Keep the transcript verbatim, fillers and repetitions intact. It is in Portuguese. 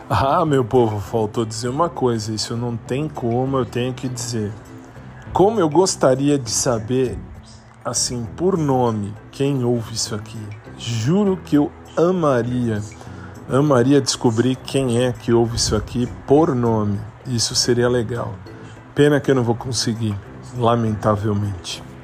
Ah, meu povo, faltou dizer uma coisa, isso não tem como, eu tenho que dizer. Como eu gostaria de saber, assim, por nome, quem ouve isso aqui. Juro que eu amaria, amaria descobrir quem é que ouve isso aqui por nome. Isso seria legal. Pena que eu não vou conseguir, lamentavelmente.